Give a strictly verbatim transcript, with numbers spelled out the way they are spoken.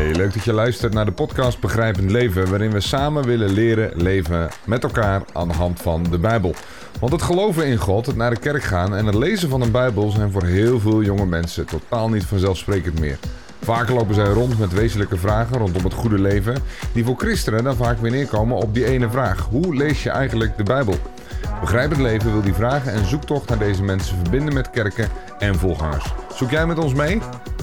Hey, leuk dat je luistert naar de podcast Begrijpend Leven, waarin we samen willen leren leven met elkaar aan de hand van de Bijbel. Want het geloven in God, het naar de kerk gaan en het lezen van een Bijbel zijn voor heel veel jonge mensen totaal niet vanzelfsprekend meer. Vaak lopen zij rond met wezenlijke vragen rondom het goede leven, die voor christenen dan vaak weer neerkomen op die ene vraag: hoe lees je eigenlijk de Bijbel? Begrijpend Leven wil die vragen en zoektocht naar deze mensen verbinden met kerken en voorgangers. Zoek jij met ons mee?